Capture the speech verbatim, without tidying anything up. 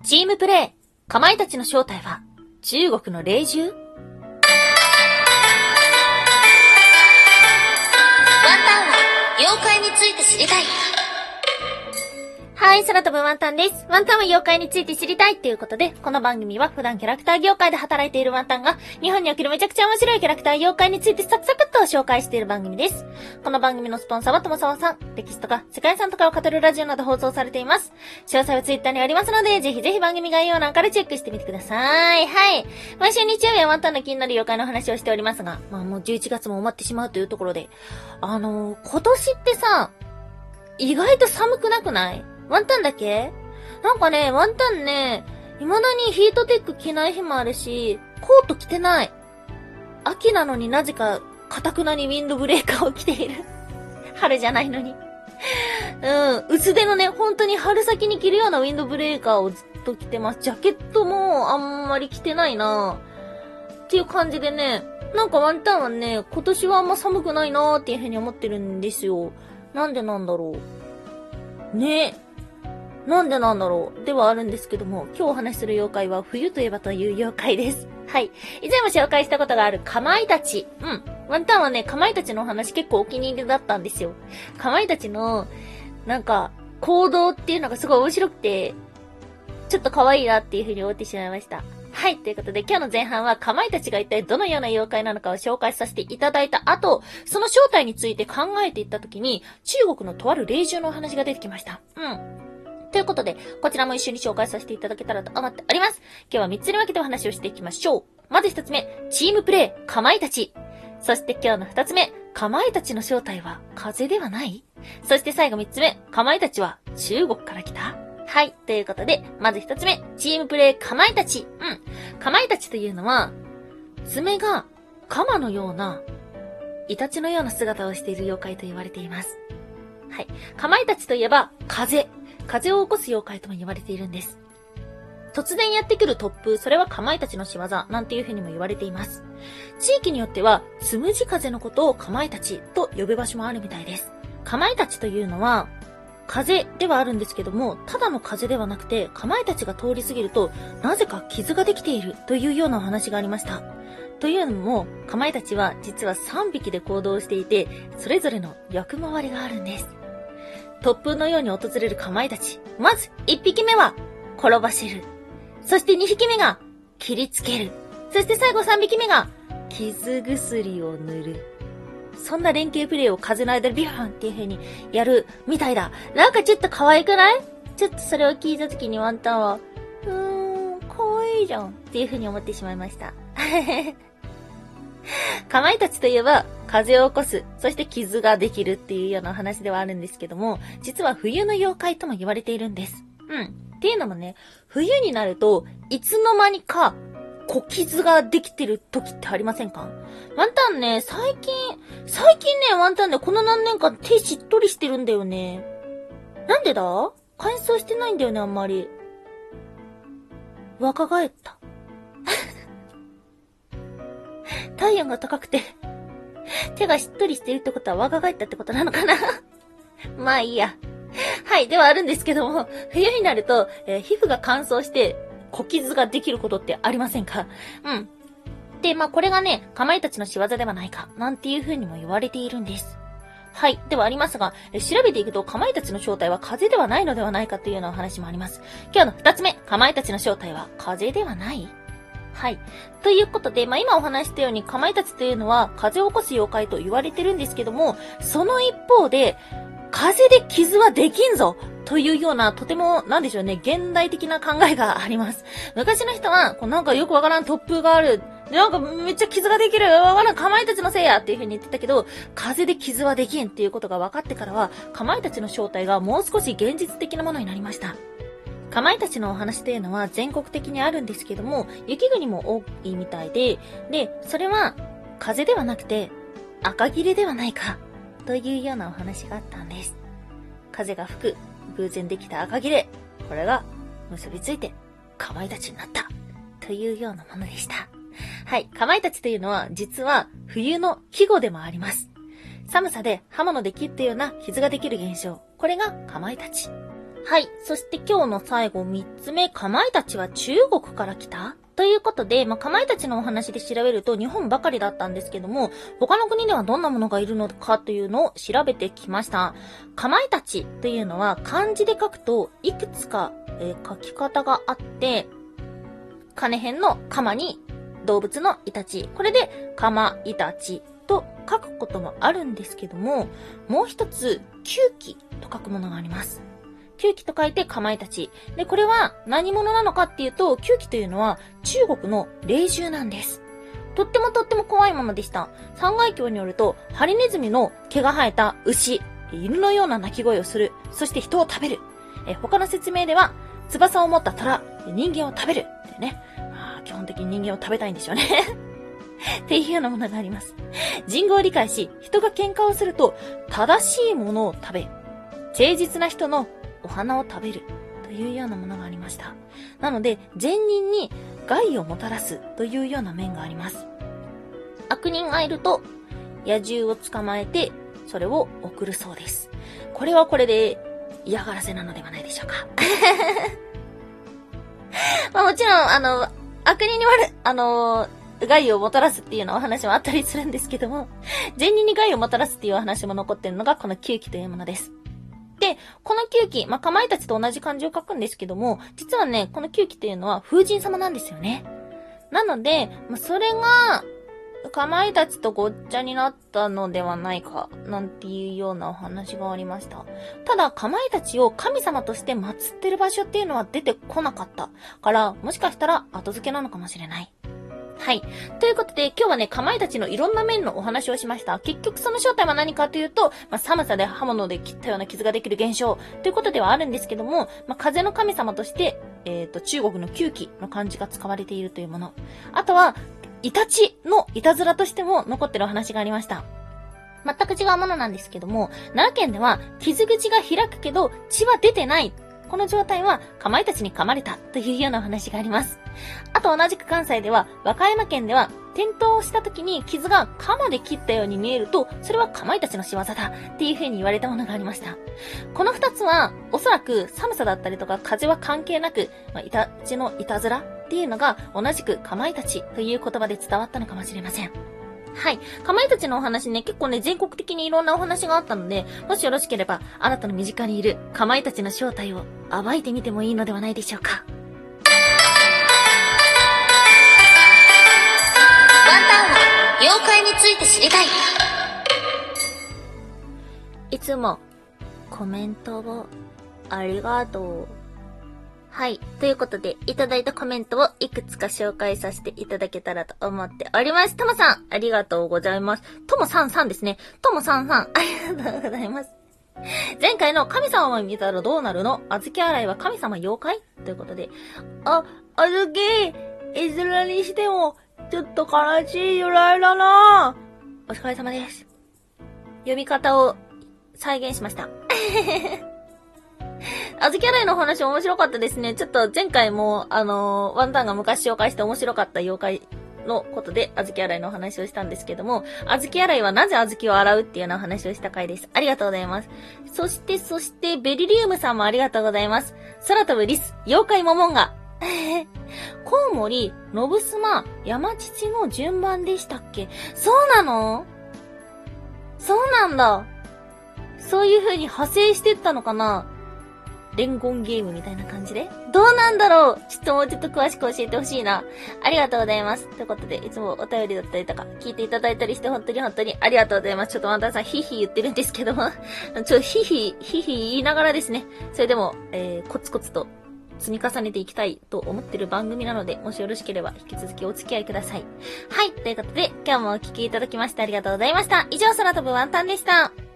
チームプレイ、かまいたちの正体は中国の霊獣？ワンタンは妖怪について知りたい。 はい、空飛ぶワンタンです。ワンタンは妖怪について知りたいっていうことで、この番組は普段キャラクター業界で働いているワンタンが、日本におけるめちゃくちゃ面白いキャラクター妖怪についてサクサクっと紹介している番組です。この番組のスポンサーはともさわさん、歴史とか世界遺産とかを語るラジオなど放送されています。詳細はツイッターにありますので、ぜひぜひ番組概要欄からチェックしてみてください。はい。毎週日曜日はワンタンの気になる妖怪の話をしておりますが、まあもうじゅういちがつも終わってしまうというところで、あのー、今年ってさ、意外と寒くなくない？ワンタンだけ？なんかね、ワンタンね、未だにヒートテック着ない日もあるし、コート着てない。秋なのになぜか、堅くなにウィンドブレーカーを着ている。春じゃないのに。うん、薄手のね、本当に春先に着るようなウィンドブレーカーをずっと着てます。ジャケットもあんまり着てないなっていう感じでね、なんかワンタンはね、今年はあんま寒くないなーっていう風に思ってるんですよ。なんでなんだろう。ねなんでなんだろうではあるんですけども、今日お話しする妖怪は冬といえばという妖怪です。はい。以前も紹介したことがあるかまいたち。うん。ワンタンはね、かまいたちのお話結構お気に入りだったんですよ。かまいたちの、なんか、行動っていうのがすごい面白くて、ちょっと可愛いなっていう風に思ってしまいました。はい。ということで、今日の前半はかまいたちが一体どのような妖怪なのかを紹介させていただいた後、その正体について考えていったときに、中国のとある霊獣のお話が出てきました。うん。ということで、こちらも一緒に紹介させていただけたらと思っております。今日はみっつに分けてお話をしていきましょう。まずひとつめ、チームプレイ、かまいたち。そして今日のふたつめ、かまいたちの正体は風ではない？そして最後みっつめ、かまいたちは中国から来た？はい。ということで、まずひとつめ、チームプレイ、かまいたち。うん。かまいたちというのは、爪が鎌のような、イタチのような姿をしている妖怪と言われています。はい。かまいたちといえば、風。風を起こす妖怪とも言われているんです。突然やってくる突風、それはかまいたちの仕業なんていう風にも言われています。地域によっては、つむじ風のことをかまいたちと呼ぶ場所もあるみたいです。かまいたちというのは、風ではあるんですけども、ただの風ではなくて、かまいたちが通り過ぎると、なぜか傷ができているというようなお話がありました。というのも、かまいたちは実はさんびきで行動していて、それぞれの役回りがあるんです。突風のように訪れるかまいたち。まず、いっぴきめは、転ばせる。そしてにひきめが、切りつける。そして最後さんびきめが、傷薬を塗る。そんな連携プレイを風の間でビューンっていう風にやるみたいだ。なんかちょっと可愛くない？ちょっとそれを聞いた時にワンタンは、うーん、可愛いじゃんっていう風に思ってしまいました。かまいたちといえば、風を起こす、そして傷ができるっていうような話ではあるんですけども、実は冬の妖怪とも言われているんです。うん。っていうのもね、冬になると、いつの間にか、小傷ができてる時ってありませんか？ワンタンね、最近、最近ね、ワンタンね、この何年間手しっとりしてるんだよね。なんでだ？乾燥してないんだよね、あんまり。若返った。体温が高くて、手がしっとりしてるってことは若返ったってことなのかなまあいいや。はい、ではあるんですけども、冬になると、えー、皮膚が乾燥して、小傷ができることってありませんか？うん。で、まあこれがね、かまいたちの仕業ではないか、なんていう風にも言われているんです。はい。ではありますが、え調べていくと、かまいたちの正体は風ではないのではないかというようなお話もあります。今日の二つ目、かまいたちの正体は風ではない？はい。ということで、まあ、今お話したように、かまいたちというのは、風を起こす妖怪と言われてるんですけども、その一方で、風で傷はできんぞというような、とても、なんでしょうね、現代的な考えがあります。昔の人は、こうなんかよくわからん突風がある。で、なんかめっちゃ傷ができる。わからん、かまいたちのせいやっていう風に言ってたけど、風で傷はできんっていうことが分かってからは、かまいたちの正体がもう少し現実的なものになりました。かまいたちのお話というのは全国的にあるんですけども、雪国も多いみたいで、で、それは風ではなくて赤切れではないかというようなお話があったんです。風が吹く偶然できた赤切れ、これが結びついてかまいたちになったというようなものでした。はい、かまいたちというのは実は冬の季語でもあります。寒さで刃物で切ったような傷ができる現象、これがかまいたち。 はい。そして今日の最後みっつめ、かまいたちは中国から来たということで、まあ、かまいたちのお話で調べると日本ばかりだったんですけども、他の国ではどんなものがいるのかというのを調べてきました。かまいたちというのは漢字で書くといくつか、えー、書き方があって、金辺のかまに動物のイタチ。これでかまいたちと書くこともあるんですけども、もう一つ、九鬼と書くものがあります。九鬼と書いてかまいたち。で、これは何者なのかっていうと、九鬼というのは中国の霊獣なんです。とってもとっても怖いものでした。三階教によると、ハリネズミの毛が生えた牛、犬のような鳴き声をする、そして人を食べる。え他の説明では、翼を持った虎、人間を食べる。ってね。あ基本的に人間を食べたいんでしょうね。っていうようなものがあります。人語を理解し、人が喧嘩をすると、正しいものを食べ、誠実な人のお花を食べるというようなものがありました。なので、善人に害をもたらすというような面があります。悪人がいると、野獣を捕まえて、それを送るそうです。これはこれで嫌がらせなのではないでしょうか。まあもちろん、あの、悪人に悪、あの、害をもたらすっていうようなお話もあったりするんですけども、善人に害をもたらすっていうお話も残っているのがこの九鬼というものです。で、この九鬼、まあ、かまいたちと同じ漢字を書くんですけども、実はね、この九鬼というのは風神様なんですよね。なので、まあ、それが、かまいたちとごっちゃになったのではないか、なんていうようなお話がありました。ただ、かまいたちを神様として祀ってる場所っていうのは出てこなかった。から、もしかしたら後付けなのかもしれない。はい。ということで、今日はね、かまいたちのいろんな面のお話をしました。結局その正体は何かというと、まあ、寒さで刃物で切ったような傷ができる現象ということではあるんですけども、まあ、風の神様として、えっと、中国の九鬼の漢字が使われているというもの。あとは、イタチのいたずらとしても残ってるお話がありました。全く違うものなんですけども、奈良県では傷口が開くけど血は出てない。この状態はかまいたちに噛まれたというようなお話があります。あと同じく関西では和歌山県では転倒をした時に傷が鎌で切ったように見えると、それはかまいたちの仕業だっていう風に言われたものがありました。この二つはおそらく寒さだったりとか風は関係なく、まあ、イタチのいたずらっていうのが同じくかまいたちという言葉で伝わったのかもしれません。はい。かまいたちのお話ね、結構ね、全国的にいろんなお話があったので、もしよろしければ、あなたの身近にいるかまいたちの正体を暴いてみてもいいのではないでしょうか。 ワンタンは妖怪について知りたい。 いつもコメントをありがとう。はい。ということで、いただいたコメントをいくつか紹介させていただけたらと思っております。ともさん、ありがとうございます。ともさんさんですね。ともさんさん、ありがとうございます。前回の神様を見たらどうなるの？あずき洗いは神様妖怪？ということで。あ、あずき、いずれにしても、ちょっと悲しい由来だな。お疲れ様です。呼び方を再現しました。あずき洗いの話面白かったですね。ちょっと前回も、あのー、ワンタンが昔紹介して面白かった妖怪のことで、あずき洗いの話をしたんですけども、あずき洗いはなぜあずきを洗うっていうような話をした回です。ありがとうございます。そして、そして、ベリリウムさんもありがとうございます。空飛ぶリス、妖怪モモンガ。コウモリ、ノブスマ、山父の順番でしたっけ？そうなの？そうなんだ。そういう風に派生してったのかな？レンゴンゲームみたいな感じでどうなんだろう？ちょっともうちょっと詳しく教えてほしいな。ありがとうございます。ということで、いつもお便りだったりとか、聞いていただいたりして本当に本当にありがとうございます。ちょっとワンタンさんヒーヒー言ってるんですけども、ちょっとヒーヒー、ヒーヒー言いながらですね、それでも、えー、コツコツと積み重ねていきたいと思ってる番組なので、もしよろしければ引き続きお付き合いください。はい。ということで、今日もお聞きいただきましてありがとうございました。以上、空飛ぶワンタンでした。